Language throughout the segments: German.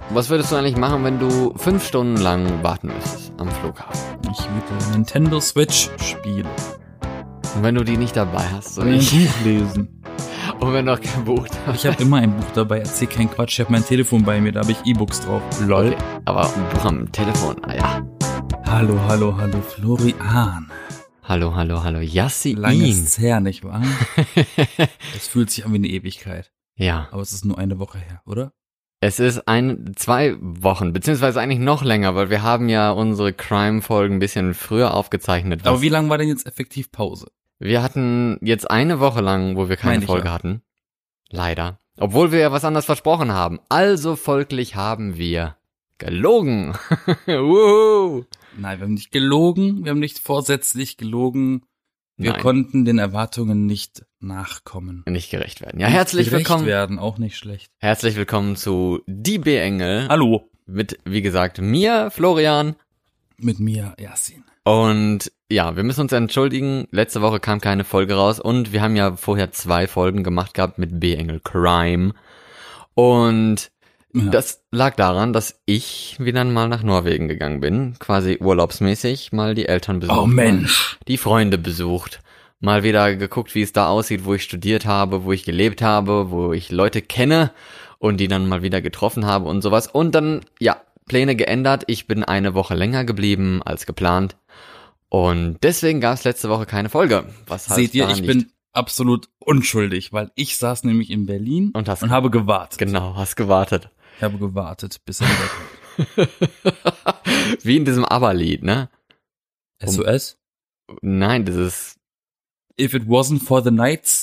Was würdest du eigentlich machen, wenn du 5 Stunden lang warten müsstest am Flughafen? Ich würde Nintendo Switch spielen. Und wenn du die nicht dabei hast, so Ein ich. Buch lesen. Und wenn du noch kein Buch dabei hast. Ich habe immer ein Buch dabei, erzähl keinen Quatsch, ich habe mein Telefon bei mir, da habe ich E-Books drauf. Lol. Okay, aber ein Buch am Telefon, ja. Hallo, Florian. Hallo, Yassin. Lang ist's her, nicht wahr? Es fühlt sich an wie eine Ewigkeit. Ja. Aber es ist nur eine Woche her, oder? Es ist 2 Wochen, beziehungsweise eigentlich noch länger, weil wir haben ja unsere Crime-Folgen ein bisschen früher aufgezeichnet. Aber wie lange war denn jetzt effektiv Pause? Wir hatten jetzt eine Woche lang, wo wir keine Folge hatten. Leider. Obwohl wir ja was anderes versprochen haben. Also folglich haben wir gelogen. Wuhu. Nein, wir haben nicht gelogen, wir haben nicht vorsätzlich gelogen. Wir Nein. konnten den Erwartungen nicht nachkommen. Nicht gerecht werden. Ja, herzlich Gerecht willkommen. werden, auch nicht schlecht. Herzlich willkommen zu Die B-Engel. Hallo. Mit, wie gesagt, mir, Florian. Mit mir, Yassin. Und ja, wir müssen uns entschuldigen. Letzte Woche kam keine Folge raus. Und wir haben ja vorher 2 Folgen gemacht gehabt mit B-Engel Crime. Und Ja. das lag daran, dass ich wieder mal nach Norwegen gegangen bin. Quasi urlaubsmäßig mal die Eltern besucht. Oh Mensch. Die Freunde besucht. Mal wieder geguckt, wie es da aussieht, wo ich studiert habe, wo ich gelebt habe, wo ich Leute kenne und die dann mal wieder getroffen habe und sowas. Und dann, ja, Pläne geändert. Ich bin eine Woche länger geblieben als geplant. Und deswegen gab es letzte Woche keine Folge. Was halt Seht ihr, daran ich liegt. bin absolut unschuldig, weil ich saß nämlich in Berlin Und habe gewartet. Genau, hast gewartet. Ich habe gewartet, bis er wieder kommt. Wie in diesem ABBA-Lied, ne? SOS? Nein, das ist, If it wasn't for the nights.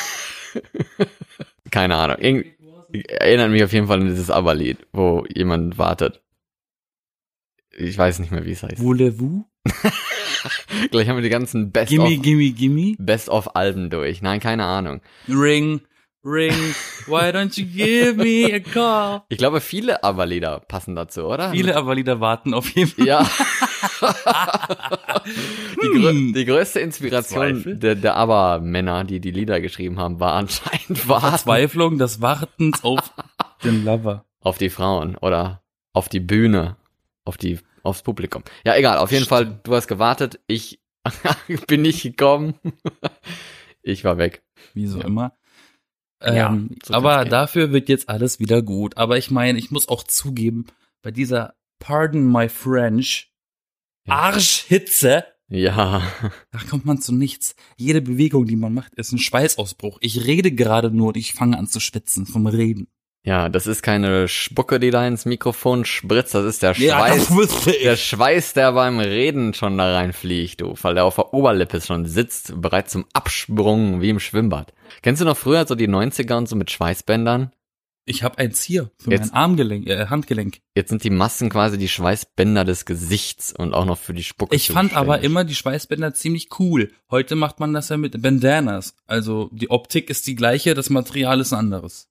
keine Ahnung. Erinnert mich auf jeden Fall an dieses ABBA-Lied, wo jemand wartet. Ich weiß nicht mehr, wie es heißt. Voulez-vous? Gleich haben wir die ganzen Gimme. Best-of-Alben durch. Nein, keine Ahnung. Ring, why don't you give me a call? Ich glaube, viele ABBA-Lieder passen dazu, oder? Viele ABBA-Lieder warten auf jeden Fall. Ja. Die größte Inspiration Zweifel? der ABBA-Männer, die die Lieder geschrieben haben, war anscheinend Warten Verzweiflung des Wartens auf den Lover. auf die Frauen oder auf die Bühne, aufs Publikum. Ja, egal, auf jeden Fall, du hast gewartet, ich bin nicht gekommen. Ich war weg. Wie so Ja. immer. Ja, so aber kann's gehen. dafür wird jetzt alles wieder gut. Aber ich meine, ich muss auch zugeben, bei dieser Pardon my French Ja. Arschhitze, Ja, da kommt man zu nichts. Jede Bewegung, die man macht, ist ein Schweißausbruch. Ich rede gerade nur und ich fange an zu schwitzen vom Reden. ja, das ist keine Spucke, die da ins Mikrofon spritzt, das ist der Ja, Schweiß. das wusste ich. Der Schweiß, der beim Reden schon da reinfliegt, du, weil der auf der Oberlippe schon sitzt, bereit zum Absprung, wie im Schwimmbad. Kennst du noch früher so die 90er und so mit Schweißbändern? Ich habe eins hier für Jetzt- mein Handgelenk. Jetzt sind die Massen quasi die Schweißbänder des Gesichts und auch noch für die Spucke. Ich fand aber zuständig. immer die Schweißbänder ziemlich cool. Heute macht man das ja mit Bandanas. Also die Optik ist die gleiche, das Material ist ein anderes.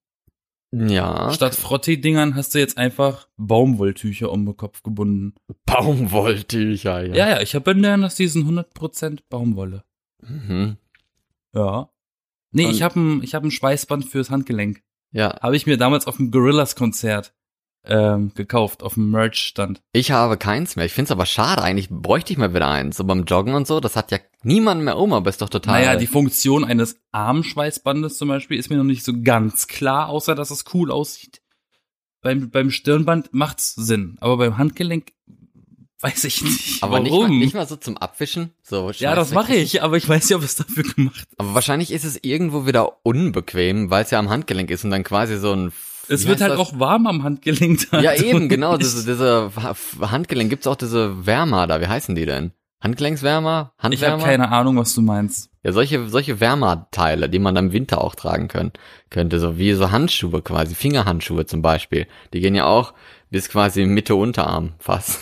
Ja, Statt Frottee-Dingern hast du jetzt einfach Baumwolltücher um den Kopf gebunden. Baumwolltücher, ja. Ja, ich habe Bandanas, die sind 100% Baumwolle. Mhm. Ja. Nee, Und- ich hab ein Schweißband fürs Handgelenk. Ja, Habe ich mir damals auf dem Gorillaz-Konzert gekauft, auf dem Merch-Stand. ich habe keins mehr. Ich find's aber schade, eigentlich bräuchte ich mal wieder eins. So beim Joggen und so, das hat ja niemand mehr aber ist doch total... Naja, die Funktion eines Armschweißbandes zum Beispiel ist mir noch nicht so ganz klar, außer dass es cool aussieht. Beim Stirnband macht's Sinn, aber beim Handgelenk weiß ich nicht. aber warum. nicht mal so zum Abwischen. So Ja, das mache ich, aber ich weiß ja, was dafür gemacht. Aber wahrscheinlich ist es irgendwo wieder unbequem, weil es ja am Handgelenk ist und dann quasi so ein... Es wie wird heißt halt das? auch warm am Handgelenk. da. Ja, eben, genau. Ich- Diese Handgelenk gibt's auch diese Wärmer da. Wie heißen die denn? Handgelenkswärmer? Ich habe Handwärmer? keine Ahnung, was du meinst. Ja, solche Wärmerteile, die man dann im Winter auch tragen könnte. So wie so Handschuhe quasi. Fingerhandschuhe zum Beispiel. Die gehen ja auch bis quasi Mitte Unterarm fast.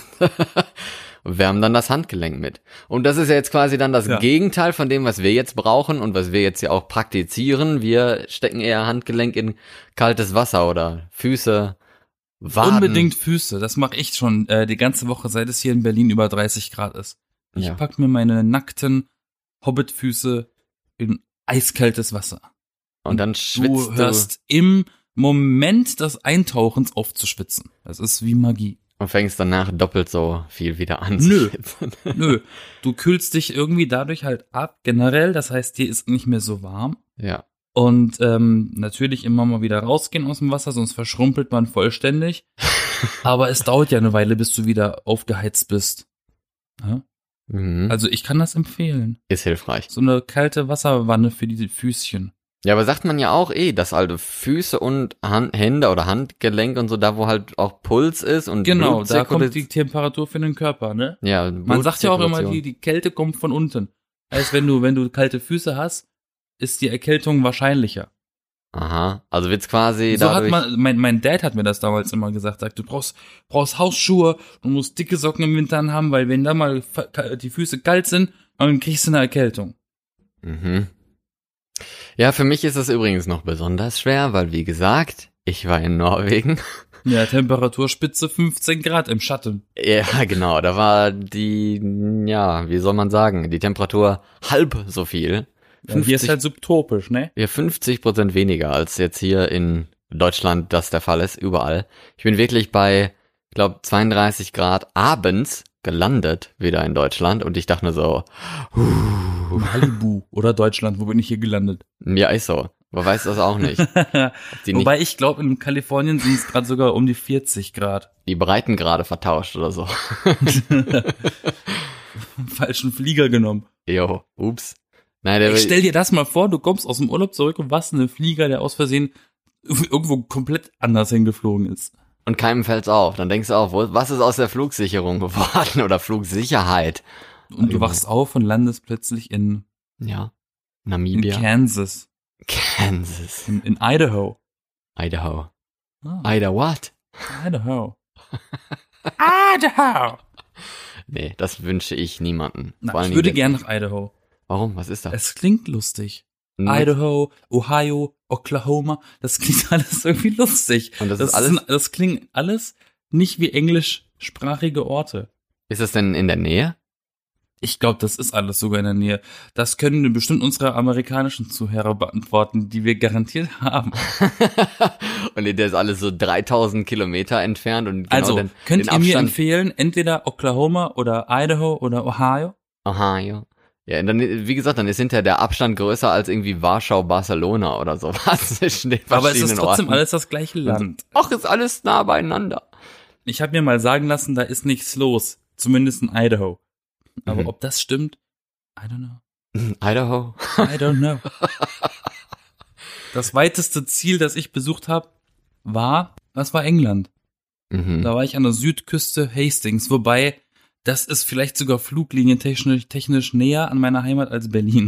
Und wärmen dann das Handgelenk mit. Und das ist ja jetzt quasi dann das Ja. Gegenteil von dem, was wir jetzt brauchen und was wir jetzt ja auch praktizieren. Wir stecken eher Handgelenk in kaltes Wasser oder Füße, Waden. Unbedingt Füße, das mache ich schon die ganze Woche, seit es hier in Berlin über 30 Grad ist. Ich Ja. pack mir meine nackten Hobbitfüße in eiskaltes Wasser. Und dann schwitzt Du hörst im Moment des Eintauchens aufzuschwitzen. Das ist wie Magie. Und fängst danach doppelt so viel wieder an zu Nö. schwitzen. Nö, du kühlst dich irgendwie dadurch halt ab, generell. Das heißt, dir ist nicht mehr so warm. Ja. Und natürlich immer mal wieder rausgehen aus dem Wasser, sonst verschrumpelt man vollständig. Aber es dauert ja eine Weile, bis du wieder aufgeheizt bist. Ja? Mhm. Also ich kann das empfehlen. Ist hilfreich. So eine kalte Wasserwanne für die Füßchen. Ja, aber sagt man ja auch dass halt Füße und Hände oder Handgelenk und so, da wo halt auch Puls ist und Genau, da Blutzirkulation- kommt die Temperatur für den Körper, ne? Ja, Man sagt ja auch immer, Blutzirkulation. die Kälte kommt von unten. Heißt, wenn du kalte Füße hast, ist die Erkältung wahrscheinlicher. Aha, also wird's quasi So hat dadurch... mein Dad hat mir das damals immer gesagt, sagt, du brauchst Hausschuhe, du musst dicke Socken im Winter haben, weil wenn da mal die Füße kalt sind, dann kriegst du eine Erkältung. Mhm. Ja, für mich ist es übrigens noch besonders schwer, weil wie gesagt, ich war in Norwegen. Ja, Temperaturspitze 15 Grad im Schatten. Ja, genau, da war wie soll man sagen, die Temperatur halb so viel. Ja, hier ist halt subtropisch, ne? Ja, 50% weniger als jetzt hier in Deutschland das der Fall ist, überall. Ich bin wirklich bei, ich glaube, 32 Grad abends gelandet, wieder in Deutschland, und ich dachte nur so, Malibu oder Deutschland, wo bin ich hier gelandet? ja, ist so. Man weiß das auch nicht. Wobei ich glaube, in Kalifornien sind es gerade sogar um die 40 Grad. Die Breitengrade vertauscht oder so. Falschen Flieger genommen. Jo, ups. Nein, Ich stell dir das mal vor, du kommst aus dem Urlaub zurück und was einen Flieger, der aus Versehen irgendwo komplett anders hingeflogen ist. und keinem fällt's auf. Dann denkst du auch, was ist aus der Flugsicherung geworden oder Flugsicherheit? Und du wachst auf und landest plötzlich in Ja, Namibia. Kansas, Kansas. in Idaho. Idaho. Ah, Ida what? Idaho. Idaho. Nee, das wünsche ich niemanden. Na, Vor allen ich würde Dingen gern nach Idaho. Warum? Was ist das? Es klingt lustig. Nur- Idaho, Ohio, Oklahoma, das klingt alles irgendwie lustig. Und das ist alles- das klingt alles nicht wie englischsprachige Orte. Ist das denn in der Nähe? Ich glaube, das ist alles sogar in der Nähe. Das können bestimmt unsere amerikanischen Zuhörer beantworten, die wir garantiert haben. Und der ist alles so 3000 Kilometer entfernt und genau Also, könnt den ihr mir Abstand- empfehlen, entweder Oklahoma oder Idaho oder Ohio? Ohio. Ja, und dann, wie gesagt, dann ist hinterher der Abstand größer als irgendwie Warschau, Barcelona oder sowas zwischen den Aber es ist verschiedenen trotzdem Orten. alles das gleiche Land. Ach, ist alles nah beieinander. Ich habe mir mal sagen lassen, da ist nichts los. Zumindest in Idaho. Aber Mhm. ob das stimmt? I don't know. Idaho. I don't know. Das weiteste Ziel, das ich besucht habe, war England. Mhm. Da war ich an der Südküste Hastings, wobei das ist vielleicht sogar fluglinientechnisch näher an meiner Heimat als Berlin.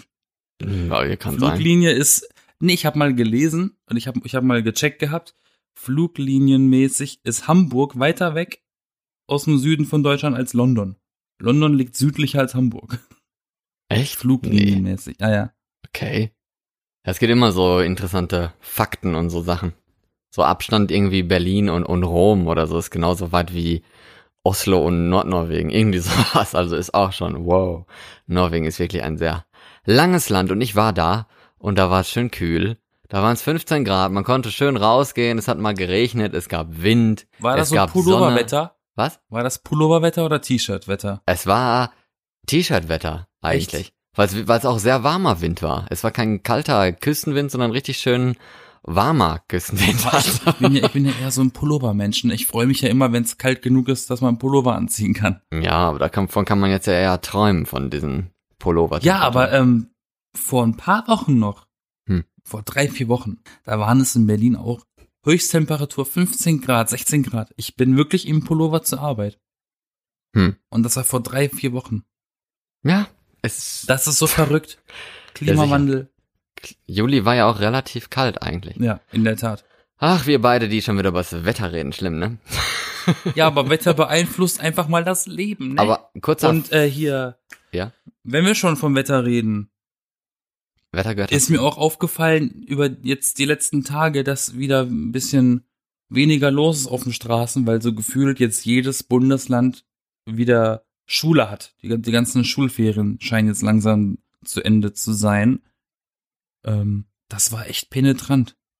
Ja, kann sein. Fluglinie ist, nee, ich habe mal gelesen und ich hab mal gecheckt gehabt, fluglinienmäßig ist Hamburg weiter weg aus dem Süden von Deutschland als London. London liegt südlicher als Hamburg. Echt? Fluglinienmäßig, ja. Okay. Ja, es gibt immer so interessante Fakten und so Sachen. So Abstand irgendwie Berlin und Rom oder so ist genauso weit wie Oslo und Nordnorwegen. Irgendwie sowas. Also ist auch schon, wow. Norwegen ist wirklich ein sehr langes Land und ich war da und da war es schön kühl. Da waren es 15 Grad, man konnte schön rausgehen, es hat mal geregnet, es gab Wind. War das es so gab Pulloverwetter? Was? War das Pulloverwetter oder T-Shirt-Wetter? Es war T-Shirt-Wetter eigentlich, weil es auch sehr warmer Wind war. Es war kein kalter Küstenwind, sondern richtig schön warmer Küstenwind. Ich bin ja eher so ein Pullover-Menschen. Ich freue mich ja immer, wenn es kalt genug ist, dass man einen Pullover anziehen kann. Ja, aber davon kann man jetzt ja eher träumen, von diesen Pullover. Ja, aber vor ein paar Wochen noch, vor 3-4 Wochen, da waren es in Berlin auch Höchsttemperatur 15 Grad, 16 Grad. Ich bin wirklich im Pullover zur Arbeit. Und das war vor 3-4 Wochen. Ja, das ist so verrückt. Klimawandel. Juli war ja auch relativ kalt eigentlich. Ja, in der Tat. Ach, wir beide, die schon wieder über das Wetter reden, schlimm, ne? Ja, aber Wetter beeinflusst einfach mal das Leben, ne? Aber kurzer... Und hier, ja? Wenn wir schon vom Wetter reden, Wetter gehört ist mir auch aufgefallen über jetzt die letzten Tage, dass wieder ein bisschen weniger los ist auf den Straßen, weil so gefühlt jetzt jedes Bundesland wieder Schule hat. Die ganzen Schulferien scheinen jetzt langsam zu Ende zu sein. Das war echt penetrant.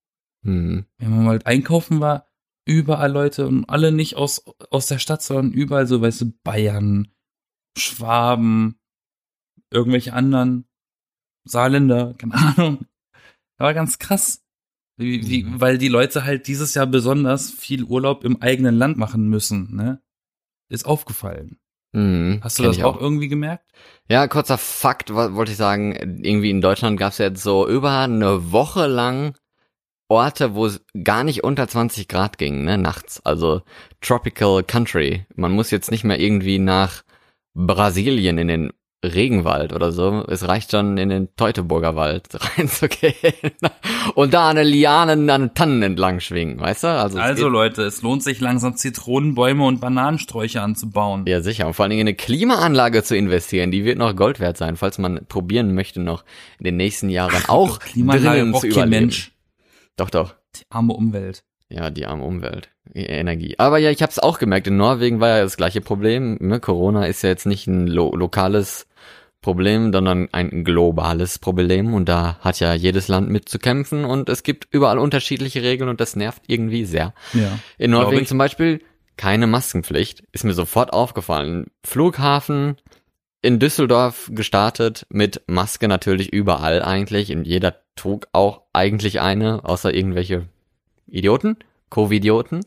Hm. Wenn man halt einkaufen war, überall Leute und alle nicht aus der Stadt, sondern überall so, weißt du, Bayern, Schwaben, irgendwelche anderen, Saarländer, keine Ahnung. Aber ganz krass. Weil die Leute halt dieses Jahr besonders viel Urlaub im eigenen Land machen müssen, ne? Ist aufgefallen. Hast du das auch irgendwie gemerkt? Ja, kurzer Fakt, wollte ich sagen, irgendwie in Deutschland gab es jetzt so über eine Woche lang Orte, wo es gar nicht unter 20 Grad ging, ne, nachts. Also Tropical Country. Man muss jetzt nicht mehr irgendwie nach Brasilien in den Regenwald oder so. Es reicht schon, in den Teutoburger Wald reinzugehen und da eine Lianen an Tannen entlang schwingen, weißt du? Also Leute, es lohnt sich langsam Zitronenbäume und Bananensträucher anzubauen. Ja, sicher. Und vor allen Dingen in eine Klimaanlage zu investieren, die wird noch Gold wert sein, falls man probieren möchte, noch in den nächsten Jahren auch drinnen zu überleben. Mensch. Doch. Die arme Umwelt. Ja, die arme Umwelt. Energie. Aber ja, ich habe es auch gemerkt, in Norwegen war ja das gleiche Problem. Ne? Corona ist ja jetzt nicht ein lokales Problem, sondern ein globales Problem. Und da hat ja jedes Land mit zu kämpfen. Und es gibt überall unterschiedliche Regeln und das nervt irgendwie sehr. Ja, in Norwegen zum Beispiel keine Maskenpflicht. Ist mir sofort aufgefallen. Flughafen in Düsseldorf gestartet mit Maske natürlich überall eigentlich. Und jeder trug auch eigentlich eine, außer irgendwelche Idioten, Covidioten.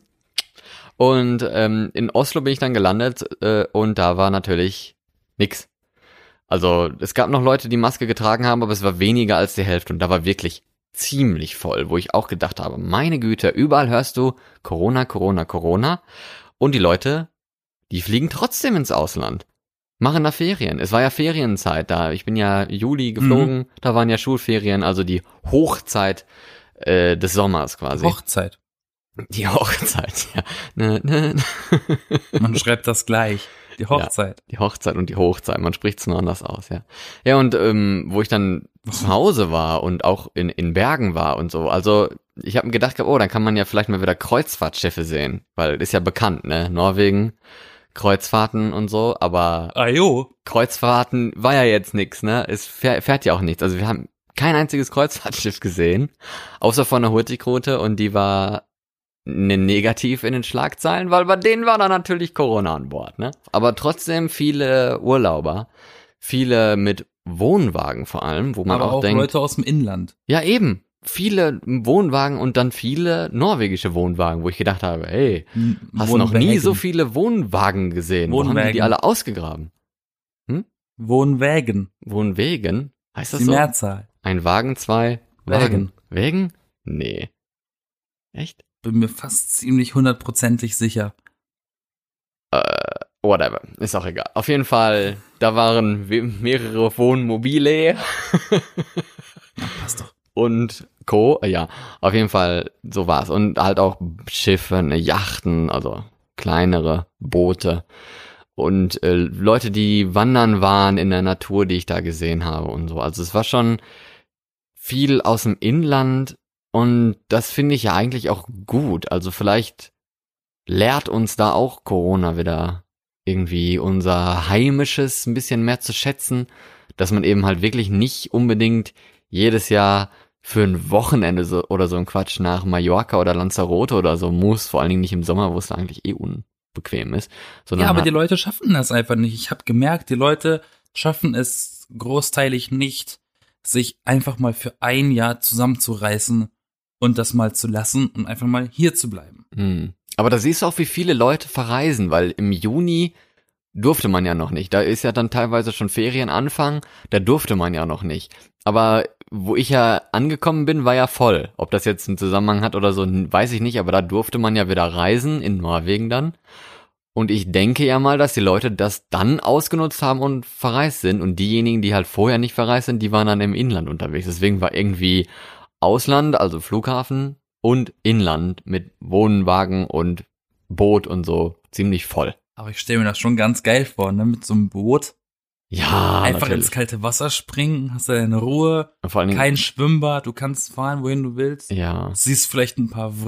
Und in Oslo bin ich dann gelandet und da war natürlich nix. Also es gab noch Leute, die Maske getragen haben, aber es war weniger als die Hälfte und da war wirklich ziemlich voll, wo ich auch gedacht habe, meine Güte, überall hörst du Corona, Corona, Corona und die Leute, die fliegen trotzdem ins Ausland, machen da Ferien. Es war ja Ferienzeit da, ich bin ja Juli geflogen, da waren ja Schulferien, also die Hochzeit des Sommers quasi. Die Hochzeit, ja. Man schreibt das gleich. Die Hochzeit. Ja, die Hochzeit und die Hochzeit. Man spricht es nur anders aus, ja. Ja, und wo ich dann zu Hause war und auch in Bergen war und so, also ich habe mir gedacht, oh, dann kann man ja vielleicht mal wieder Kreuzfahrtschiffe sehen, weil ist ja bekannt, ne? Norwegen, Kreuzfahrten und so, aber Kreuzfahrten war ja jetzt nix, ne? Es fährt ja auch nichts. Also wir haben kein einziges Kreuzfahrtschiff gesehen, außer von der Hurtigrute und die war negativ in den Schlagzeilen, weil bei denen war da natürlich Corona an Bord, ne? Aber trotzdem viele Urlauber, viele mit Wohnwagen vor allem, wo man auch denkt, Leute aus dem Inland. Ja, eben. Viele Wohnwagen und dann viele norwegische Wohnwagen, wo ich gedacht habe, hey, hast du noch nie so viele Wohnwagen gesehen? Wo haben die alle ausgegraben? Wohnwägen. Wohnwägen? Heißt das die so? Die Mehrzahl. Ein Wagen, zwei Wagen. Wägen? Nee. Echt? Bin mir fast ziemlich 100%ig sicher. Whatever, ist auch egal. Auf jeden Fall, da waren mehrere Wohnmobile. Ja, passt doch. Und Co. Ja, auf jeden Fall, so war's. Und halt auch Schiffe, Yachten, also kleinere Boote. Und Leute, die wandern waren in der Natur, die ich da gesehen habe und so. Also es war schon viel aus dem Inland. Und das finde ich ja eigentlich auch gut. Also vielleicht lehrt uns da auch Corona wieder irgendwie unser Heimisches ein bisschen mehr zu schätzen, dass man eben halt wirklich nicht unbedingt jedes Jahr für ein Wochenende oder so ein Quatsch nach Mallorca oder Lanzarote oder so muss, vor allen Dingen nicht im Sommer, wo es da eigentlich unbequem ist. Ja, aber die Leute schaffen das einfach nicht. Ich habe gemerkt, die Leute schaffen es großteilig nicht, sich einfach mal für ein Jahr zusammenzureißen und das mal zu lassen und einfach mal hier zu bleiben. Aber da siehst du auch, wie viele Leute verreisen, weil im Juni durfte man ja noch nicht. Da ist ja dann teilweise schon Ferienanfang, da durfte man ja noch nicht. Aber wo ich ja angekommen bin, war ja voll. Ob das jetzt einen Zusammenhang hat oder so, weiß ich nicht, aber da durfte man ja wieder reisen, in Norwegen dann. Und ich denke ja mal, dass die Leute das dann ausgenutzt haben und verreist sind. Und diejenigen, die halt vorher nicht verreist sind, die waren dann im Inland unterwegs. Deswegen war irgendwie Ausland, also Flughafen und Inland mit Wohnwagen und Boot und so ziemlich voll. Aber ich stelle mir das schon ganz geil vor, ne, mit so einem Boot. Ja, einfach natürlich. ins kalte Wasser springen, hast du deine Ruhe, vor allen Dingen, kein Schwimmbad, du kannst fahren, wohin du willst. Ja. Siehst vielleicht ein paar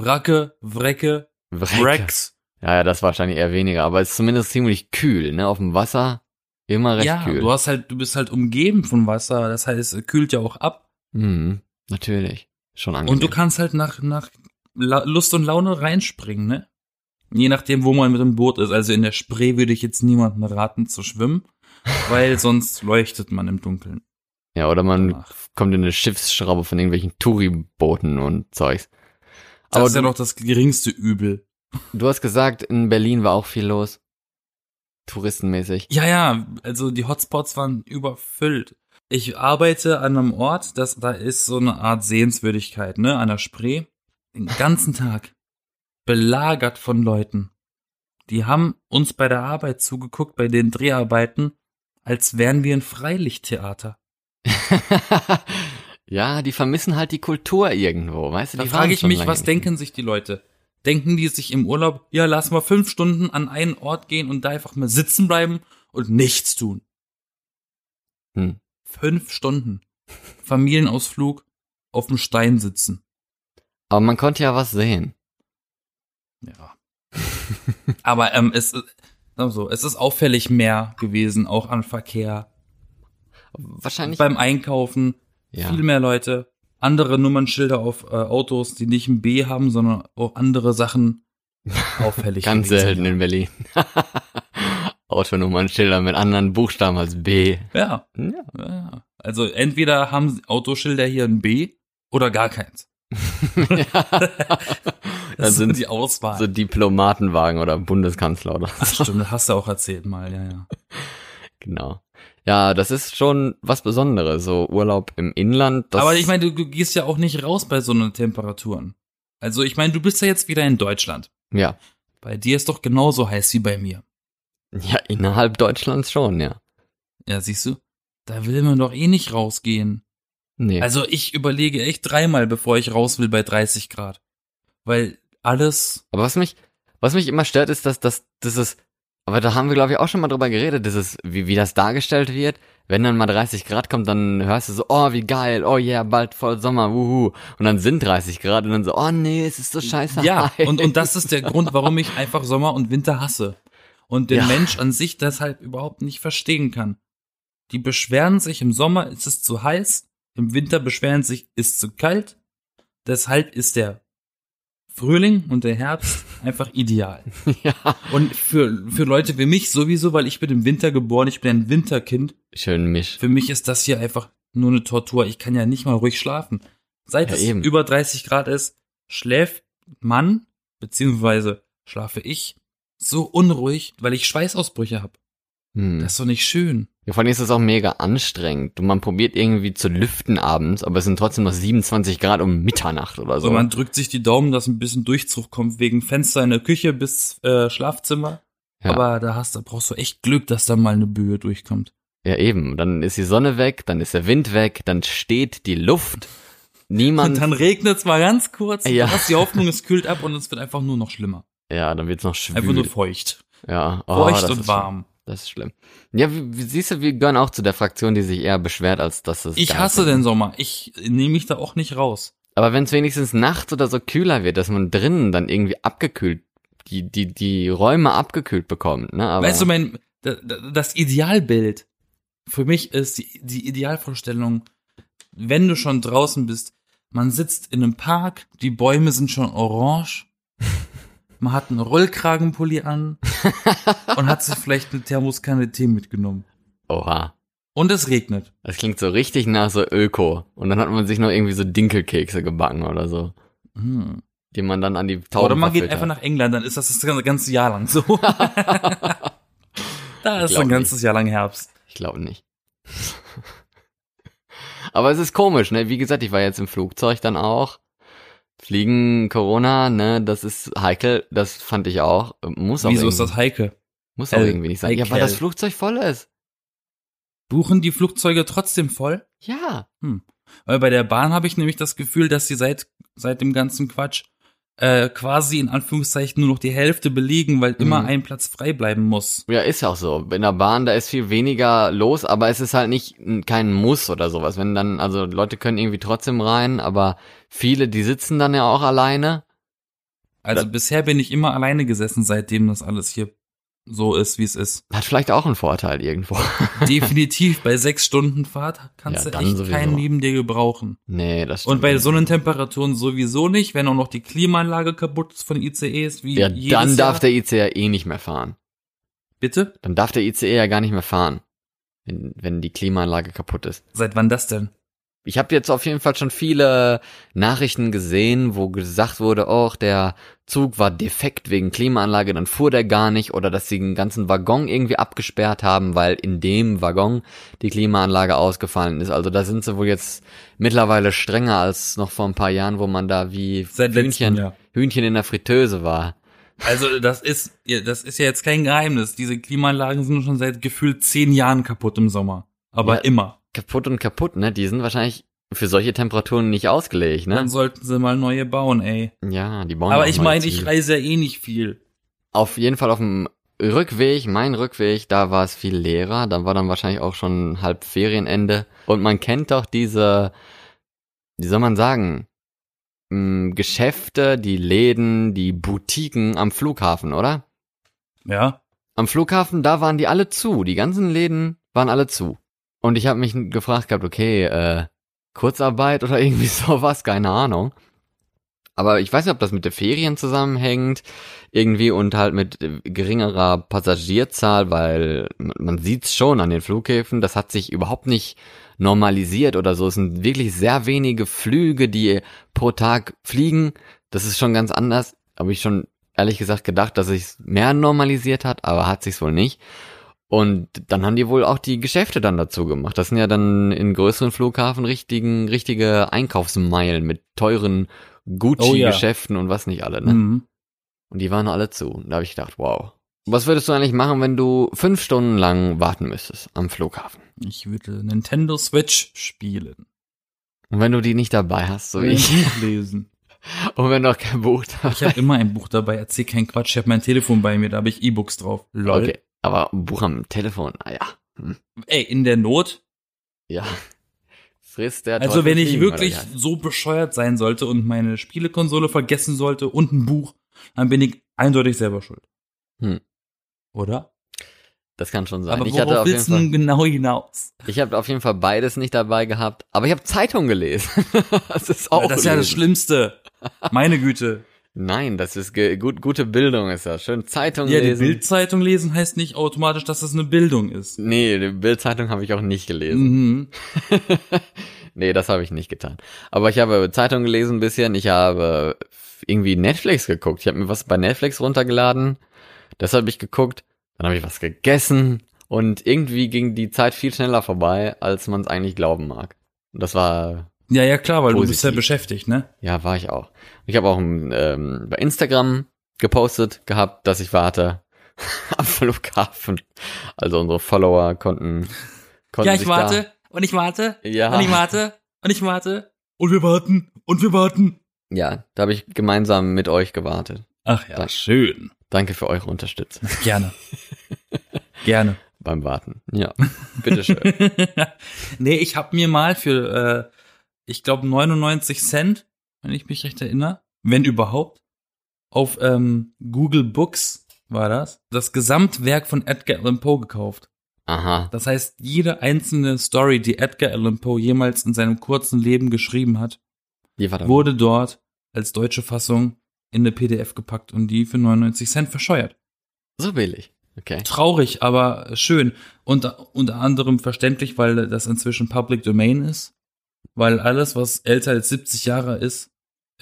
Wrecks. Ja, das wahrscheinlich eher weniger, aber es ist zumindest ziemlich kühl, ne, auf dem Wasser immer recht kühl. Ja, du bist halt umgeben von Wasser, das heißt, es kühlt ja auch ab. Natürlich, schon angenehm. Und du kannst halt nach Lust und Laune reinspringen, ne? Je nachdem, wo man mit dem Boot ist. Also in der Spree würde ich jetzt niemandem raten zu schwimmen, weil sonst leuchtet man im Dunkeln. Ja, oder man kommt in eine Schiffsschraube von irgendwelchen Touri-Booten und Zeugs. Das ist ja noch das geringste Übel. Du hast gesagt, in Berlin war auch viel los. Touristenmäßig. Ja, also die Hotspots waren überfüllt. Ich arbeite an einem Ort, da ist so eine Art Sehenswürdigkeit, ne, an der Spree. Den ganzen Tag. Belagert von Leuten. Die haben uns bei der Arbeit zugeguckt, bei den Dreharbeiten, als wären wir ein Freilichttheater. Ja, die vermissen halt die Kultur irgendwo, weißt du? Da frage ich mich, was denken sich die Leute? Denken die sich im Urlaub, ja, lass mal 5 Stunden an einen Ort gehen und da einfach mal sitzen bleiben und nichts tun? 5 Stunden. Familienausflug, auf dem Stein sitzen. Aber man konnte ja was sehen. Ja. Aber es ist auffällig mehr gewesen, auch an Verkehr. Wahrscheinlich. Beim Einkaufen, viel mehr Leute, andere Nummernschilder auf Autos, die nicht ein B haben, sondern auch andere Sachen auffällig. Ganz selten in Berlin. Autonummernschilder mit anderen Buchstaben als B. Ja. Also entweder haben Autoschilder hier ein B oder gar keins. Das sind die Auswahl. So Diplomatenwagen oder Bundeskanzler oder so. Ach stimmt, das hast du auch erzählt mal, ja. Genau. Ja, das ist schon was Besonderes, so Urlaub im Inland. Aber ich meine, du gehst ja auch nicht raus bei so einen Temperaturen. Also ich meine, du bist ja jetzt wieder in Deutschland. Ja. Bei dir ist doch genauso heiß wie bei mir. Ja, innerhalb Deutschlands schon, ja. Ja, siehst du, da will man doch eh nicht rausgehen. Nee. Also ich überlege echt 3-mal, bevor ich raus will bei 30 Grad. Weil alles... Aber was mich immer stört, ist, dass das ist, aber da haben wir, glaube ich, auch schon mal drüber geredet, wie das dargestellt wird. Wenn dann mal 30 Grad kommt, dann hörst du so, oh, wie geil, oh yeah, bald voll Sommer, wuhu. Und dann sind 30 Grad und dann so, oh nee, es ist so scheiße Ja, heiß. und das ist der Grund, warum ich einfach Sommer und Winter hasse. Und den Mensch an sich deshalb überhaupt nicht verstehen kann. Die beschweren sich, im Sommer ist es zu heiß, im Winter beschweren sich, ist zu kalt. Deshalb ist der Frühling und der Herbst einfach ideal. Ja. Und für Leute wie mich sowieso, weil ich bin im Winter geboren, ich bin ein Winterkind. Schön Misch. Für mich ist das hier einfach nur eine Tortur. Ich kann ja nicht mal ruhig schlafen. Seit es über 30 Grad ist, schläft man, beziehungsweise schlafe ich, so unruhig, weil ich Schweißausbrüche habe. Das ist doch nicht schön. Ja, vor allem ist es auch mega anstrengend. Und man probiert irgendwie zu lüften abends, aber es sind trotzdem noch 27 Grad um Mitternacht oder so. Und man drückt sich die Daumen, dass ein bisschen Durchzug kommt, wegen Fenster in der Küche bis Schlafzimmer. Ja. Aber da brauchst du echt Glück, dass da mal eine Böe durchkommt. Ja, eben. Dann ist die Sonne weg, dann ist der Wind weg, dann steht die Luft. Niemand. Und dann regnet es mal ganz kurz. Ja. Du hast die Hoffnung, es kühlt ab und es wird einfach nur noch schlimmer. Ja, dann wird's noch schwül. Einfach nur feucht. Ja. Feucht und warm. Das ist schlimm. Ja, wie siehst du, wir gehören auch zu der Fraktion, die sich eher beschwert, als dass es... Ich hasse den Sommer. Ich nehme mich da auch nicht raus. Aber wenn es wenigstens nachts oder so kühler wird, dass man drinnen dann irgendwie abgekühlt, die Räume abgekühlt bekommt, ne? Aber weißt du, das Idealbild für mich ist die Idealvorstellung, wenn du schon draußen bist, man sitzt in einem Park, die Bäume sind schon orange, man hat einen Rollkragenpulli an und hat sich vielleicht eine Thermoskanne Tee mitgenommen. Oha. Und es regnet. Das klingt so richtig nach so Öko. Und dann hat man sich noch irgendwie so Dinkelkekse gebacken oder so. Die man dann an die Tauben oder man geht einfach nach England, dann ist das ganze Jahr lang so. Da ist ein ganzes Jahr lang Herbst. Ich glaube nicht. Aber es ist komisch, ne? Wie gesagt, ich war jetzt im Flugzeug dann auch. Fliegen, Corona, ne, das ist heikel, das fand ich auch. Wieso ist das heikel? Muss auch irgendwie nicht sein. Ja, weil das Flugzeug voll ist. Buchen die Flugzeuge trotzdem voll? Ja. Weil bei der Bahn habe ich nämlich das Gefühl, dass sie seit dem ganzen Quatsch quasi in Anführungszeichen nur noch die Hälfte belegen, weil immer ein Platz frei bleiben muss. Ja, ist ja auch so. In der Bahn, da ist viel weniger los, aber es ist halt nicht kein Muss oder sowas. Wenn dann, also Leute können irgendwie trotzdem rein, aber viele, die sitzen dann ja auch alleine. Also bisher bin ich immer alleine gesessen, seitdem das alles hier so ist, wie es ist. Hat vielleicht auch einen Vorteil irgendwo. Definitiv, bei 6 Stunden Fahrt kannst Ja, du dann echt sowieso. keinen neben dir gebrauchen. Nee, das stimmt. Und bei so einen Temperaturen sowieso nicht, wenn auch noch die Klimaanlage kaputt ist von ICEs, wie Ja, jedes dann darf Jahr. der ICE ja eh nicht mehr fahren. Bitte? Dann darf der ICE ja gar nicht mehr fahren, wenn die Klimaanlage kaputt ist. Seit wann das denn? Ich habe jetzt auf jeden Fall schon viele Nachrichten gesehen, wo gesagt wurde, oh, der Zug war defekt wegen Klimaanlage, dann fuhr der gar nicht, oder dass sie den ganzen Waggon irgendwie abgesperrt haben, weil in dem Waggon die Klimaanlage ausgefallen ist. Also da sind sie wohl jetzt mittlerweile strenger als noch vor ein paar Jahren, wo man da wie Seit letztem Jahr. Hühnchen in der Fritteuse war. Also das ist ja jetzt kein Geheimnis. Diese Klimaanlagen sind schon seit gefühlt 10 Jahren kaputt im Sommer. Aber Ja. immer. Kaputt, ne? Die sind wahrscheinlich für solche Temperaturen nicht ausgelegt, Dann ne? sollten sie mal neue bauen, ey. Ja, die bauen Aber auch ich neue meine, ich Züge. reise ja eh nicht viel. Auf jeden Fall auf dem mein Rückweg, da war es viel leerer. Da war dann wahrscheinlich auch schon halb Ferienende. Und man kennt doch diese, wie soll man sagen, Geschäfte, die Läden, die Boutiquen am Flughafen, oder? Ja. Am Flughafen, da waren die alle zu. Die ganzen Läden waren alle zu. Und ich habe mich gefragt gehabt, okay, Kurzarbeit oder irgendwie sowas, keine Ahnung. Aber ich weiß nicht, ob das mit den Ferien zusammenhängt, irgendwie, und halt mit geringerer Passagierzahl, weil man sieht's schon an den Flughäfen, das hat sich überhaupt nicht normalisiert oder so. Es sind wirklich sehr wenige Flüge, die pro Tag fliegen. Das ist schon ganz anders. Habe ich schon ehrlich gesagt gedacht, dass sich's mehr normalisiert hat, aber hat sich's wohl nicht. Und dann haben die wohl auch die Geschäfte dann dazu gemacht. Das sind ja dann in größeren Flughafen richtige Einkaufsmeilen mit teuren Gucci-Geschäften und was nicht alle, ne? Mhm. Und die waren alle zu. Und da habe ich gedacht, wow. Was würdest du eigentlich machen, wenn du 5 Stunden lang warten müsstest am Flughafen? Ich würde Nintendo Switch spielen. Und wenn du die nicht dabei hast, so wie ich. Buch lesen. Und wenn du auch kein Buch dabei Ich habe immer ein Buch dabei, erzähl keinen Quatsch, ich habe mein Telefon bei mir, da habe ich E-Books drauf. Lol. Okay, aber ein Buch am Telefon, naja. Ey, in der Not. Ja. Frisst der Also Teufel wenn ich Fliegen, wirklich oder wie heißt so bescheuert sein sollte und meine Spielekonsole vergessen sollte und ein Buch, dann bin ich eindeutig selber schuld. Hm. Oder? das kann schon sein. Aber Ich hatte worauf auf jeden willst du Fall, nun genau hinaus? ich habe auf jeden Fall beides nicht dabei gehabt, aber ich habe Zeitung gelesen. Das ist auch Das ist ja das lesen. Schlimmste. Meine Güte. Nein, das ist gute Bildung ist das. Schön Zeitung Ja, die lesen. Bildzeitung lesen heißt nicht automatisch, dass das eine Bildung ist. Nee, die Bildzeitung habe ich auch nicht gelesen. Mhm. Nee, das habe ich nicht getan. Aber ich habe Zeitung gelesen ein bisschen. Ich habe irgendwie Netflix geguckt. Ich habe mir was bei Netflix runtergeladen. Das habe ich geguckt. Dann habe ich was gegessen. Und irgendwie ging die Zeit viel schneller vorbei, als man es eigentlich glauben mag. Und das war, Ja, klar, weil du bist ja Positiv. beschäftigt, ne? ja, war ich auch. Ich habe auch bei Instagram gepostet gehabt, dass ich warte am Flughafen. Also unsere Follower konnten Ja, ich sich warte und ich warte Ja. und ich warte und ich warte und wir warten und wir warten. Ja, da habe ich gemeinsam mit euch gewartet. Ach ja, schön. Danke für eure Unterstützung Gerne. Gerne. beim Warten. Ja, bitteschön. Nee, ich habe mir mal für, ich glaube 99 Cent, wenn ich mich recht erinnere, wenn überhaupt, auf Google Books war das Gesamtwerk von Edgar Allan Poe gekauft. Aha. Das heißt, jede einzelne Story, die Edgar Allan Poe jemals in seinem kurzen Leben geschrieben hat, Die war da. wurde dort als deutsche Fassung in eine PDF gepackt und die für 99 Cent verscheuert. So billig. Okay. Traurig, aber schön. Und unter anderem verständlich, weil das inzwischen Public Domain ist. Weil alles, was älter als 70 Jahre ist,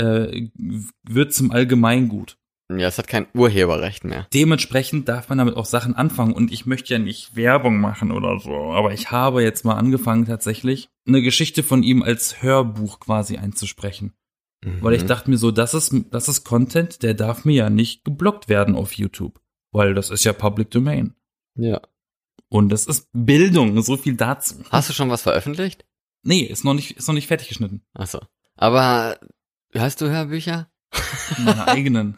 wird zum Allgemeingut. Ja, es hat kein Urheberrecht mehr. Dementsprechend darf man damit auch Sachen anfangen. Und ich möchte ja nicht Werbung machen oder so. Aber ich habe jetzt mal angefangen, tatsächlich eine Geschichte von ihm als Hörbuch quasi einzusprechen. Weil ich dachte mir so, das ist Content, der darf mir ja nicht geblockt werden auf YouTube. Weil das ist ja Public Domain. Ja. Und das ist Bildung, so viel dazu. Hast du schon was veröffentlicht? Nee, ist noch nicht fertig geschnitten. Ach so. Aber hörst du Hörbücher? Meine eigenen.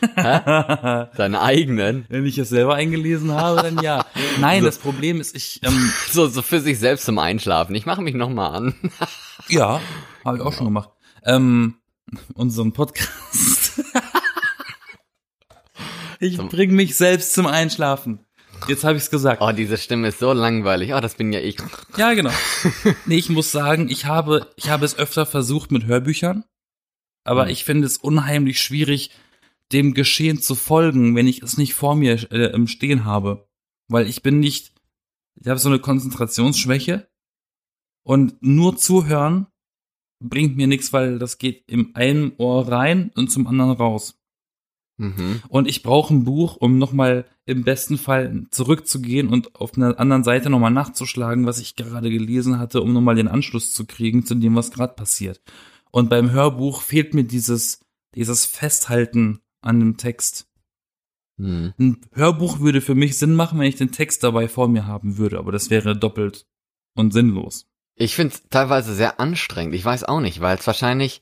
Deine eigenen? Wenn ich es selber eingelesen habe, dann ja. Nein, So. das Problem ist, ich, So für sich selbst zum Einschlafen. Ich mache mich nochmal an. ja, habe ich auch schon gemacht. Unseren Podcast. Ich bringe mich selbst zum Einschlafen. Jetzt habe ich's gesagt. Oh, diese Stimme ist so langweilig. Oh, das bin ja ich. Ja, genau. Nee, ich muss sagen, ich habe es öfter versucht mit Hörbüchern, aber ich finde es unheimlich schwierig, dem Geschehen zu folgen, wenn ich es nicht vor mir im Stehen habe. Weil ich habe so eine Konzentrationsschwäche und nur zuhören bringt mir nichts, weil das geht im einen Ohr rein und zum anderen raus. Mhm. Und ich brauche ein Buch, um nochmal im besten Fall zurückzugehen und auf einer anderen Seite nochmal nachzuschlagen, was ich gerade gelesen hatte, um nochmal den Anschluss zu kriegen zu dem, was gerade passiert. Und beim Hörbuch fehlt mir dieses Festhalten an dem Text. Ein Hörbuch würde für mich Sinn machen, wenn ich den Text dabei vor mir haben würde, aber das wäre doppelt und sinnlos. Ich finde es teilweise sehr anstrengend. Ich weiß auch nicht, weil es wahrscheinlich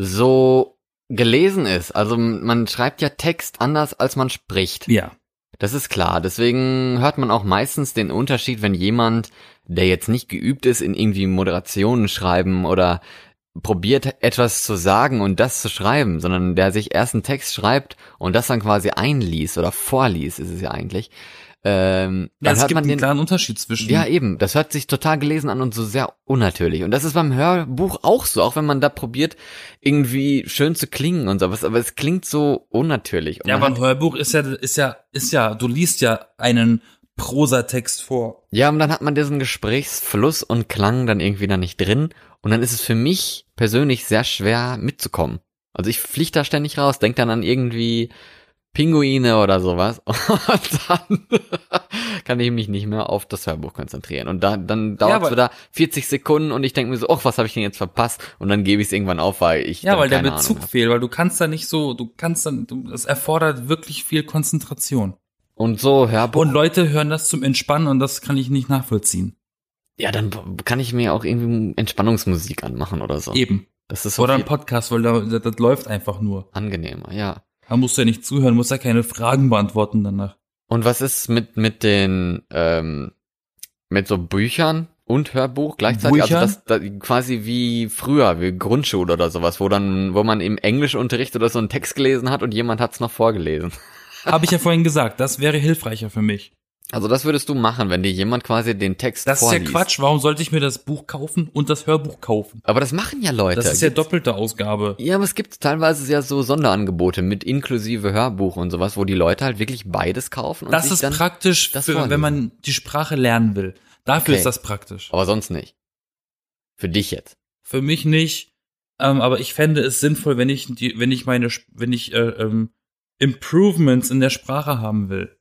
so gelesen ist. Also man schreibt ja Text anders, als man spricht. Ja. Das ist klar. Deswegen hört man auch meistens den Unterschied, wenn jemand, der jetzt nicht geübt ist in irgendwie Moderationen schreiben oder probiert etwas zu sagen und das zu schreiben, sondern der sich erst einen Text schreibt und das dann quasi einliest oder vorliest, ist es ja eigentlich. Dann es hört gibt man einen den klaren Unterschied zwischen. Ja, eben. Das hört sich total gelesen an und so sehr unnatürlich. Und das ist beim Hörbuch auch so, auch wenn man da probiert, irgendwie schön zu klingen und sowas. Aber es klingt so unnatürlich. Und Ja, aber ein Hörbuch ist ja, du liest ja einen Prosatext vor. Ja, und dann hat man diesen Gesprächsfluss und Klang dann irgendwie da nicht drin. Und dann ist es für mich persönlich sehr schwer mitzukommen. Also ich fliege da ständig raus, denk dann an irgendwie Pinguine oder sowas und dann kann ich mich nicht mehr auf das Hörbuch konzentrieren und dann dauert es wieder 40 Sekunden und ich denke mir so, was habe ich denn jetzt verpasst und dann gebe ich es irgendwann auf, weil ich weil der keine Bezug Ahnung fehlt, weil du kannst da nicht so, das erfordert wirklich viel Konzentration. Und so Hörbuch. Und Leute hören das zum Entspannen und das kann ich nicht nachvollziehen. Ja, dann kann ich mir auch irgendwie Entspannungsmusik anmachen oder so. Eben. Das ist so oder ein Podcast, weil das läuft einfach nur. Angenehmer, ja. Da musst du ja nicht zuhören, musst ja keine Fragen beantworten danach. Und was ist mit den mit so Büchern und Hörbuch gleichzeitig? Büchern? Also das quasi wie früher, wie Grundschule oder sowas, wo man im Englischunterricht oder so einen Text gelesen hat und jemand hat's noch vorgelesen. Habe ich ja vorhin gesagt, das wäre hilfreicher für mich. Also das würdest du machen, wenn dir jemand quasi den Text vorliest. Das ist ja Quatsch, warum sollte ich mir das Buch kaufen und das Hörbuch kaufen? Aber das machen ja Leute. Das ist ja doppelte Ausgabe. Ja, aber es gibt teilweise ja so Sonderangebote mit inklusive Hörbuch und sowas, wo die Leute halt wirklich beides kaufen. Und das sich ist dann praktisch, wenn man die Sprache lernen will. Dafür ist das praktisch. Aber sonst nicht. Für dich jetzt. Für mich nicht. Aber ich fände es sinnvoll, wenn ich Improvements in der Sprache haben will.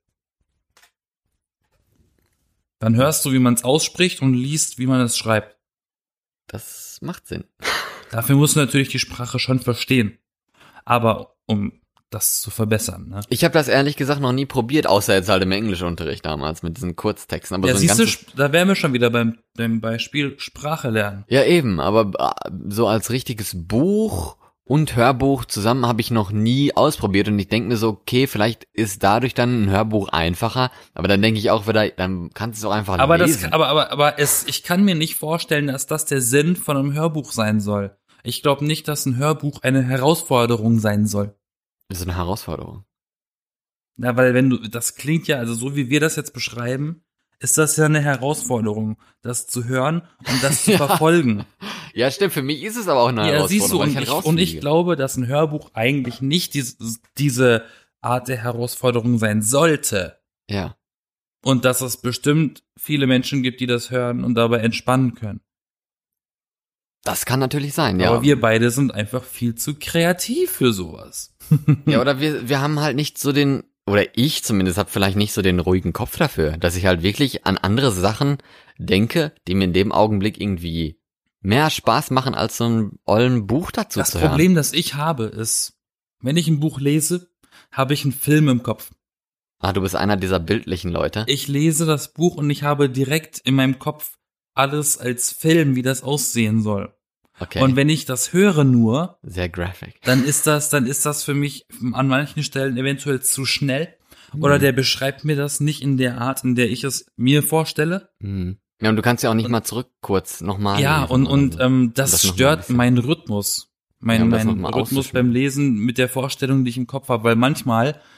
Dann hörst du, wie man es ausspricht und liest, wie man es schreibt. Das macht Sinn. Dafür musst du natürlich die Sprache schon verstehen. Aber um das zu verbessern, ne? Ich habe das ehrlich gesagt noch nie probiert, außer jetzt halt im Englischunterricht damals mit diesen Kurztexten. Aber ja, so siehst du, da wären wir schon wieder beim Beispiel Sprache lernen. Ja, eben, aber so als richtiges Buch und Hörbuch zusammen habe ich noch nie ausprobiert und ich denke mir so, okay, vielleicht ist dadurch dann ein Hörbuch einfacher, aber dann denke ich auch wieder, dann kannst du es auch einfach lesen. Ich kann mir nicht vorstellen, dass das der Sinn von einem Hörbuch sein soll. Ich glaube nicht, dass ein Hörbuch eine Herausforderung sein soll. Das ist eine Herausforderung. Na, weil das klingt ja, also so wie wir das jetzt beschreiben, ist das ja eine Herausforderung, das zu hören und das zu verfolgen. Ja, stimmt, für mich ist es aber auch eine Herausforderung. Siehst du, und ich glaube, dass ein Hörbuch eigentlich nicht diese Art der Herausforderung sein sollte. Ja. Und dass es bestimmt viele Menschen gibt, die das hören und dabei entspannen können. Das kann natürlich sein, ja. Aber wir beide sind einfach viel zu kreativ für sowas. Ja, oder wir haben halt nicht so oder ich zumindest habe vielleicht nicht so den ruhigen Kopf dafür, dass ich halt wirklich an andere Sachen denke, die mir in dem Augenblick irgendwie mehr Spaß machen, als so ein ollen Buch dazu zu hören. Das Problem, das ich habe, ist, wenn ich ein Buch lese, habe ich einen Film im Kopf. Ah, du bist einer dieser bildlichen Leute. Ich lese das Buch und ich habe direkt in meinem Kopf alles als Film, wie das aussehen soll. Okay. Und wenn ich das höre nur, sehr graphic, dann ist das für mich an manchen Stellen eventuell zu schnell. Oder der beschreibt mir das nicht in der Art, in der ich es mir vorstelle. Ja, und du kannst ja auch nicht mal zurück kurz nochmal. Ja, das stört meinen Rhythmus. Mein Rhythmus beim Lesen mit der Vorstellung, die ich im Kopf habe. Weil manchmal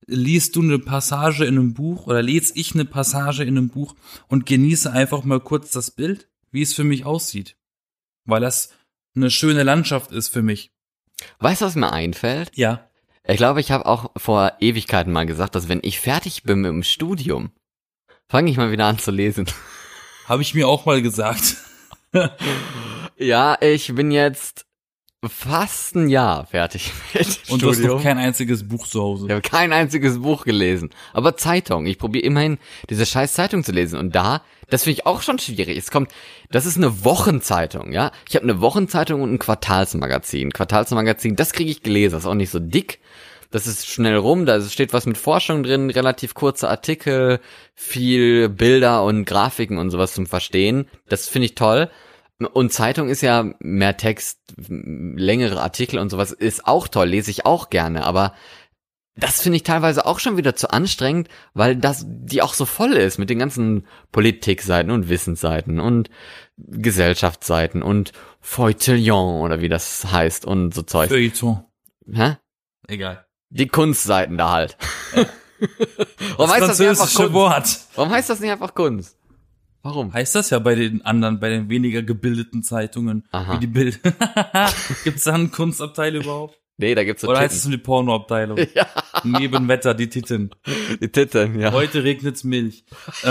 liest du eine Passage in einem Buch oder lese ich eine Passage in einem Buch und genieße einfach mal kurz das Bild, wie es für mich aussieht. Weil das eine schöne Landschaft ist für mich. Weißt du, was mir einfällt? Ja. Ich glaube, ich habe auch vor Ewigkeiten mal gesagt, dass wenn ich fertig bin mit dem Studium, fange ich mal wieder an zu lesen. Habe ich mir auch mal gesagt. Ja, ich bin jetzt fast ein Jahr fertig mit dem Und du hast Studium. noch kein einziges Buch zu Hause. Ich habe kein einziges Buch gelesen. Aber Zeitung. Ich probiere immerhin, diese scheiß Zeitung zu lesen. Und das finde ich auch schon schwierig. Das ist eine Wochenzeitung, ja. Ich habe eine Wochenzeitung und ein Quartalsmagazin. Quartalsmagazin, das kriege ich gelesen. Das ist auch nicht so dick. Das ist schnell rum. Da steht was mit Forschung drin, relativ kurze Artikel, viel Bilder und Grafiken und sowas zum Verstehen. Das finde ich toll. Und Zeitung ist ja mehr Text, längere Artikel und sowas ist auch toll, lese ich auch gerne, aber das finde ich teilweise auch schon wieder zu anstrengend, weil die auch so voll ist mit den ganzen Politikseiten und Wissensseiten und Gesellschaftsseiten und Feuilleton oder wie das heißt und so Zeug. Feuilleton. Hä? Egal. Die Kunstseiten da halt. Warum Das heißt das nicht einfach französische Kunst? Wort. Warum heißt das nicht einfach Kunst? Warum? Heißt das ja bei den anderen, bei den weniger gebildeten Zeitungen. Aha. Wie die Bild. Gibt's da einen Kunstabteil überhaupt? Nee, da gibt's so Oder heißt es Titten. nur die Pornoabteilung? Ja, Neben Wetter, die Titten. die Titten, ja. Heute regnet's Milch.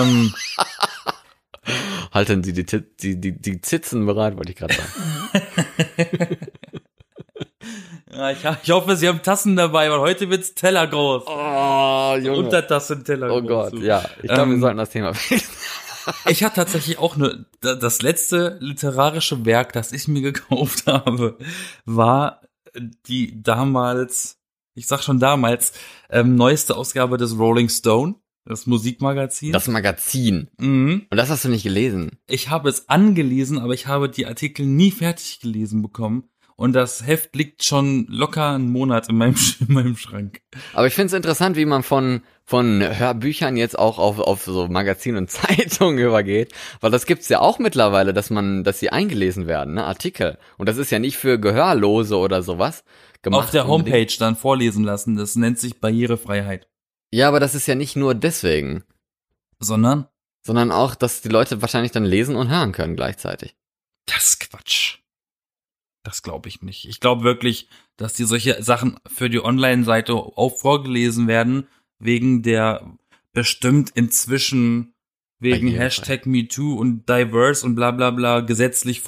Halten Sie die Zitzen bereit, wollte ich gerade sagen. Ja, ich hoffe, Sie haben Tassen dabei, weil heute wird's Teller groß. Oh, Junge. Untertassen Teller Oh groß. Gott, So. ja. Ich glaube, wir sollten das Thema wechseln. Ich habe tatsächlich auch das letzte literarische Werk, das ich mir gekauft habe, war die damals, ich sag schon damals, neueste Ausgabe des Rolling Stone, das Musikmagazin. Das Magazin. Mhm. Und das hast du nicht gelesen. Ich habe es angelesen, aber ich habe die Artikel nie fertig gelesen bekommen. Und das Heft liegt schon locker einen Monat in meinem Schrank. Aber ich finde es interessant, wie man von Hörbüchern jetzt auch auf so Magazin und Zeitungen übergeht. Weil das gibt's ja auch mittlerweile, dass sie eingelesen werden, ne? Artikel. Und das ist ja nicht für Gehörlose oder sowas gemacht. Auf der unbedingt. Homepage dann vorlesen lassen. Das nennt sich Barrierefreiheit. Ja, aber das ist ja nicht nur deswegen. Sondern? Sondern auch, dass die Leute wahrscheinlich dann lesen und hören können gleichzeitig. Das ist Quatsch. Das glaube ich nicht. Ich glaube wirklich, dass die solche Sachen für die Online-Seite auch vorgelesen werden, wegen der bestimmt inzwischen wegen Barrierefrei. Hashtag MeToo und Diverse und bla bla bla gesetzlich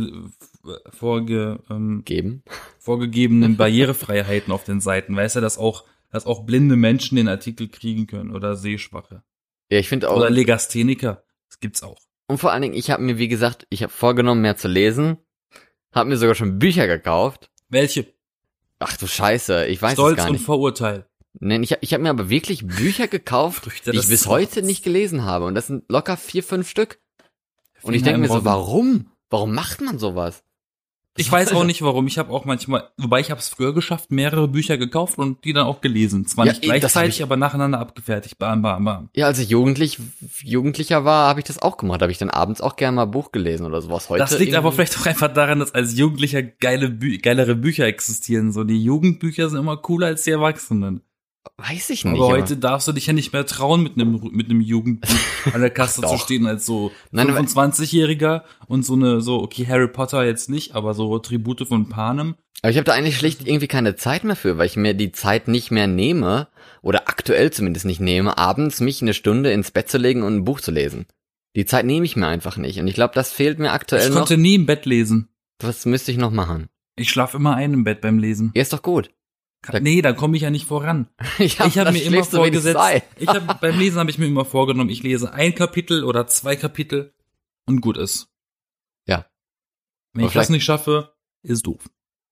Geben. vorgegebenen Barrierefreiheiten auf den Seiten. Weißt du, dass auch blinde Menschen den Artikel kriegen können oder Sehschwache. Ja, ich finde auch. Oder Legastheniker. Das gibt's auch. Und vor allen Dingen, ich habe vorgenommen, mehr zu lesen. Hab mir sogar schon Bücher gekauft. Welche? Ach du Scheiße, ich weiß Stolz es gar und nicht. Verurteilt. Nein, ich hab mir aber wirklich Bücher gekauft, Früchte die ich des bis Zorns. heute nicht gelesen habe. Und das sind locker 4, 5 Stück. Und ich Finger denke mir im so, Roggen. warum? Warum macht man sowas? Ich weiß auch nicht warum. Ich habe auch manchmal, wobei ich habe es früher geschafft, mehrere Bücher gekauft und die dann auch gelesen. Zwar Ja, nicht das hab gleichzeitig, ich- aber nacheinander abgefertigt. Bam, bam, bam. Ja, als ich Jugendlicher war, habe ich das auch gemacht. Da habe ich dann abends auch gerne mal ein Buch gelesen oder sowas. Heute Das liegt aber irgendwie- vielleicht auch einfach daran, dass als Jugendlicher geilere Bücher existieren. So, die Jugendbücher sind immer cooler als die Erwachsenen. Weiß ich nicht. Aber heute darfst du dich ja nicht mehr trauen, mit einem Jugendbuch an der Kasse Ach zu doch. stehen als so Nein, aber- 25-Jähriger und okay, Harry Potter jetzt nicht, aber so Tribute von Panem. Aber ich habe da eigentlich schlicht irgendwie keine Zeit mehr für, weil ich mir die Zeit nicht mehr nehme, oder aktuell zumindest nicht nehme, abends mich eine Stunde ins Bett zu legen und ein Buch zu lesen. Die Zeit nehme ich mir einfach nicht. Und ich glaube, das fehlt mir aktuell Ich noch. konnte nie im Bett lesen. Das müsste ich noch machen. Ich schlaf immer ein im Bett beim Lesen. Ja, ist doch gut. Nee, da komme ich ja nicht voran. Ich Ja, habe dann mir immer schläfst du wenigstens vorgesetzt, beim Lesen habe ich mir immer vorgenommen, ich lese ein Kapitel oder 2 Kapitel und gut ist. Ja. Wenn Aber ich das nicht schaffe, ist doof.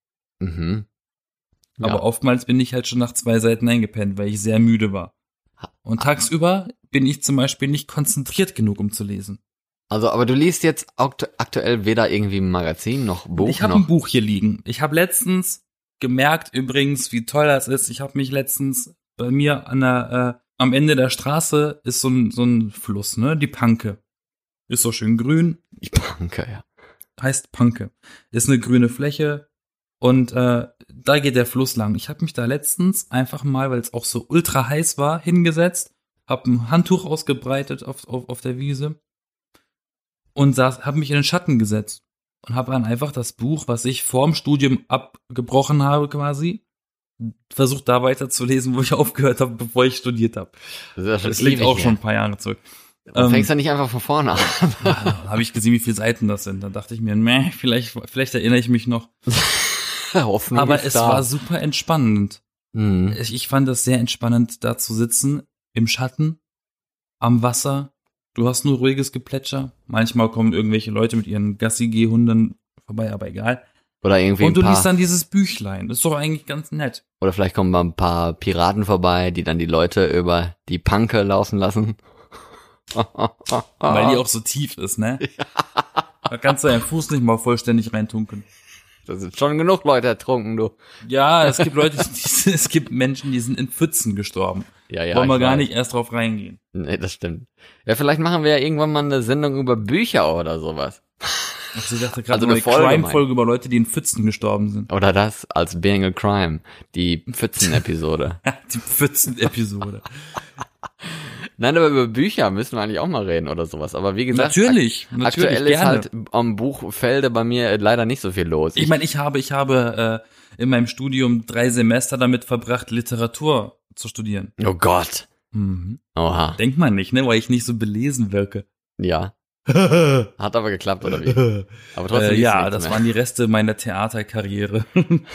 Mhm. Ja. Aber oftmals bin ich halt schon nach 2 Seiten eingepennt, weil ich sehr müde war. Und tagsüber bin ich zum Beispiel nicht konzentriert genug, um zu lesen. Also, aber du liest jetzt aktuell weder irgendwie ein Magazin noch Buch Ich habe noch. ein Buch hier liegen. Ich habe letztens gemerkt übrigens, wie toll das ist. Ich habe mich letztens bei mir am Ende der Straße ist so ein Fluss, ne? Die Panke. Ist so schön grün. Ich Panke, ja. Heißt Panke. Ist eine grüne Fläche Und da geht der Fluss lang. Ich habe mich da letztens einfach mal, weil es auch so ultra heiß war, hingesetzt, habe ein Handtuch ausgebreitet auf der Wiese und habe mich in den Schatten gesetzt und habe dann einfach das Buch, was ich vorm Studium abgebrochen habe quasi, versucht da weiterzulesen, wo ich aufgehört habe, bevor ich studiert habe. Das liegt auch schon ein paar Jahre zurück. Fängst du nicht einfach von vorne an? Dann habe ich gesehen, wie viele Seiten das sind. Dann dachte ich mir, vielleicht erinnere ich mich noch. Hoffnung Aber es da. war super entspannend. Mhm. Ich fand das sehr entspannend, da zu sitzen, im Schatten, am Wasser. Du hast nur ruhiges Geplätscher. Manchmal kommen irgendwelche Leute mit ihren Gassi-Geh-Hunden vorbei, aber egal. Oder irgendwie Und du liest dann dieses Büchlein. Das ist doch eigentlich ganz nett. Oder vielleicht kommen mal ein paar Piraten vorbei, die dann die Leute über die Panke laufen lassen. Weil die auch so tief ist, ne? Ja. Da kannst du deinen Fuß nicht mal vollständig reintunken. Da sind schon genug Leute ertrunken, du. Ja, es gibt Leute, es gibt Menschen, die sind in Pfützen gestorben. Ja, wollen wir gar nicht erst drauf reingehen. Nee, das stimmt. Ja, vielleicht machen wir ja irgendwann mal eine Sendung über Bücher oder sowas. Also ich dachte gerade eine eine Crime-Folge über Leute, die in Pfützen gestorben sind. Oder das als Being a Crime. Die Pfützen-Episode. Die Pfützen-Episode. Nein, aber über Bücher müssen wir eigentlich auch mal reden oder sowas. Aber wie gesagt, natürlich aktuell ist gerne. halt am Buchfelde bei mir leider nicht so viel los. Ich meine, ich habe in meinem Studium 3 Semester damit verbracht, Literatur zu studieren. Oh Gott. Mhm. Oha. Denkt man nicht, ne, weil ich nicht so belesen wirke. Ja. Hat aber geklappt, oder wie? Aber trotzdem ja, das waren die Reste meiner Theaterkarriere.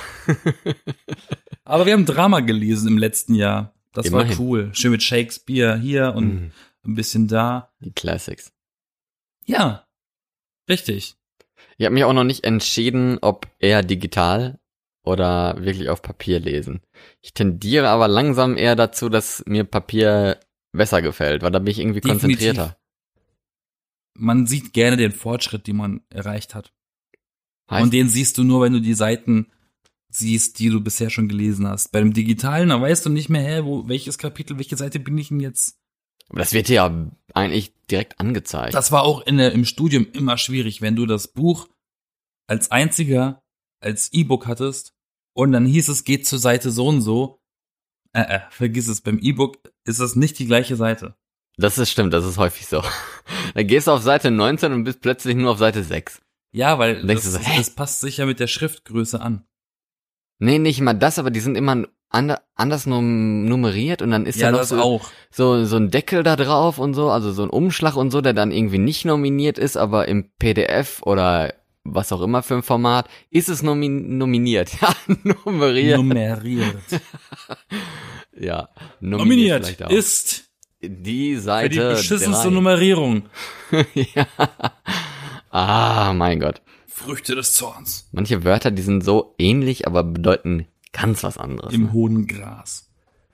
Aber wir haben Drama gelesen im letzten Jahr. Das Immerhin. war cool. Schön mit Shakespeare hier und ein bisschen da. Die Classics. Ja, richtig. Ich habe mich auch noch nicht entschieden, ob eher digital oder wirklich auf Papier lesen. Ich tendiere aber langsam eher dazu, dass mir Papier besser gefällt, weil da bin ich irgendwie Definitiv. konzentrierter. Man sieht gerne den Fortschritt, den man erreicht hat. Heißt, Und den siehst du nur, wenn du die Seiten siehst, die du bisher schon gelesen hast. Bei dem Digitalen, da weißt du nicht mehr, welches Kapitel, welche Seite bin ich denn jetzt? aber das wird dir ja eigentlich direkt angezeigt. Das war auch im Studium immer schwierig, wenn du das Buch als einziger als E-Book hattest und dann hieß es, geht zur Seite so und so. Vergiss es, beim E-Book ist das nicht die gleiche Seite. Das ist stimmt, das ist häufig so. Dann gehst du auf Seite 19 und bist plötzlich nur auf Seite 6. Ja, weil Denkst du so, das passt sich ja mit der Schriftgröße an. Nee, nicht mal das, aber die sind immer anders nummeriert und dann ist Ja, da noch das auch. so ein Deckel da drauf und so, also so ein Umschlag und so, der dann irgendwie nicht nominiert ist, aber im PDF oder was auch immer für ein Format, ist es nominiert. Ja, nummeriert. Ja, Nominiert vielleicht auch. ist Die für Seite die beschissenste 3. Nummerierung. Ja. Ah, mein Gott. Früchte des Zorns. Manche Wörter, die sind so ähnlich, aber bedeuten ganz was anderes. Im hohen Gras.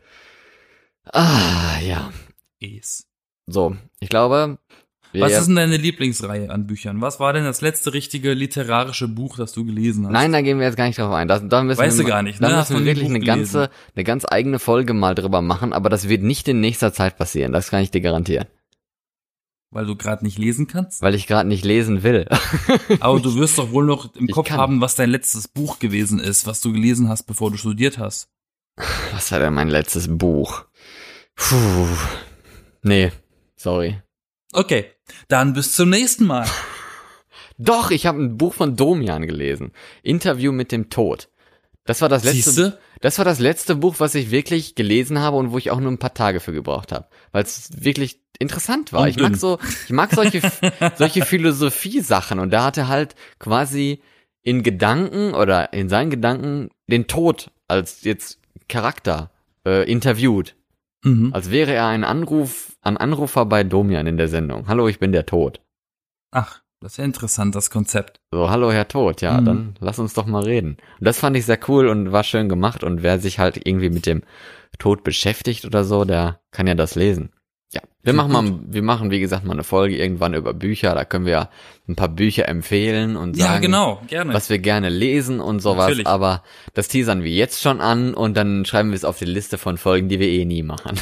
Ah, ja. So, ich glaube... Was ist denn deine Lieblingsreihe an Büchern? Was war denn das letzte richtige literarische Buch, das du gelesen hast? Nein, da gehen wir jetzt gar nicht drauf ein. Da müssen Weißt wir, du gar nicht, da ne? müssen Hast wir du wirklich ein Buch eine ganz eigene Folge mal drüber machen, aber das wird nicht in nächster Zeit passieren. Das kann ich dir garantieren. Weil du gerade nicht lesen kannst? Weil ich gerade nicht lesen will. Aber du wirst doch wohl noch im Kopf kann. haben, was dein letztes Buch gewesen ist, was du gelesen hast, bevor du studiert hast. Was war denn mein letztes Buch? Puh. Nee, sorry. Okay, dann bis zum nächsten Mal. Doch, ich habe ein Buch von Domian gelesen. Interview mit dem Tod. Das war das letzte Buch, was ich wirklich gelesen habe und wo ich auch nur ein paar Tage für gebraucht habe, weil es wirklich interessant war. Ich mag solche Philosophie-Sachen und da hat er halt quasi in Gedanken oder in seinen Gedanken den Tod als jetzt Charakter interviewt. Mhm. Als wäre er ein Anrufer bei Domian in der Sendung. Hallo, ich bin der Tod. Ach, das ist ja interessant, das Konzept. So, hallo Herr Tod, ja, dann lass uns doch mal reden. Und das fand ich sehr cool und war schön gemacht und wer sich halt irgendwie mit dem Tod beschäftigt oder so, der kann ja das lesen. Ja, wir machen wie gesagt mal eine Folge irgendwann über Bücher, da können wir ein paar Bücher empfehlen und sagen, ja, genau, gerne. was wir gerne lesen und sowas, Natürlich. aber das teasern wir jetzt schon an und dann schreiben wir es auf die Liste von Folgen, die wir eh nie machen.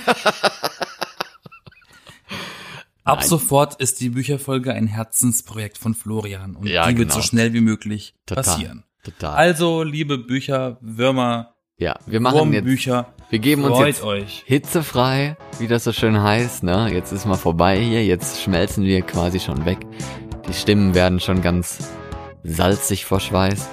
Ab sofort ist die Bücherfolge ein Herzensprojekt von Florian und Ja, die wird genau. so schnell wie möglich Total. passieren. Total. Also, liebe Bücher, Würmer, Ja, wir machen jetzt, Wurmbücher, wir geben uns freut jetzt euch. hitzefrei, wie das so schön heißt, ne? Jetzt ist mal vorbei hier, jetzt schmelzen wir quasi schon weg. Die Stimmen werden schon ganz salzig vor Schweiß.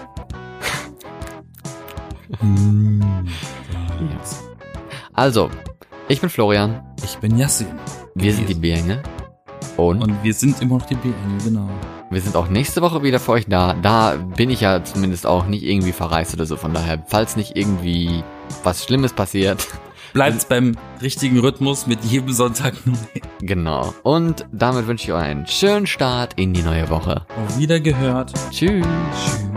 Also, ich bin Florian, Ich bin Yassin. wir sind die Biergänge und Und wir sind immer noch die Bierengel, genau. wir sind auch nächste Woche wieder für euch da. Da bin ich ja zumindest auch nicht irgendwie verreist oder so, von daher, falls nicht irgendwie was Schlimmes passiert. Bleibt beim richtigen Rhythmus mit jedem Sonntag neu. Genau. Und damit wünsche ich euch einen schönen Start in die neue Woche. Auf Wiedergehört. Tschüss. Tschüss.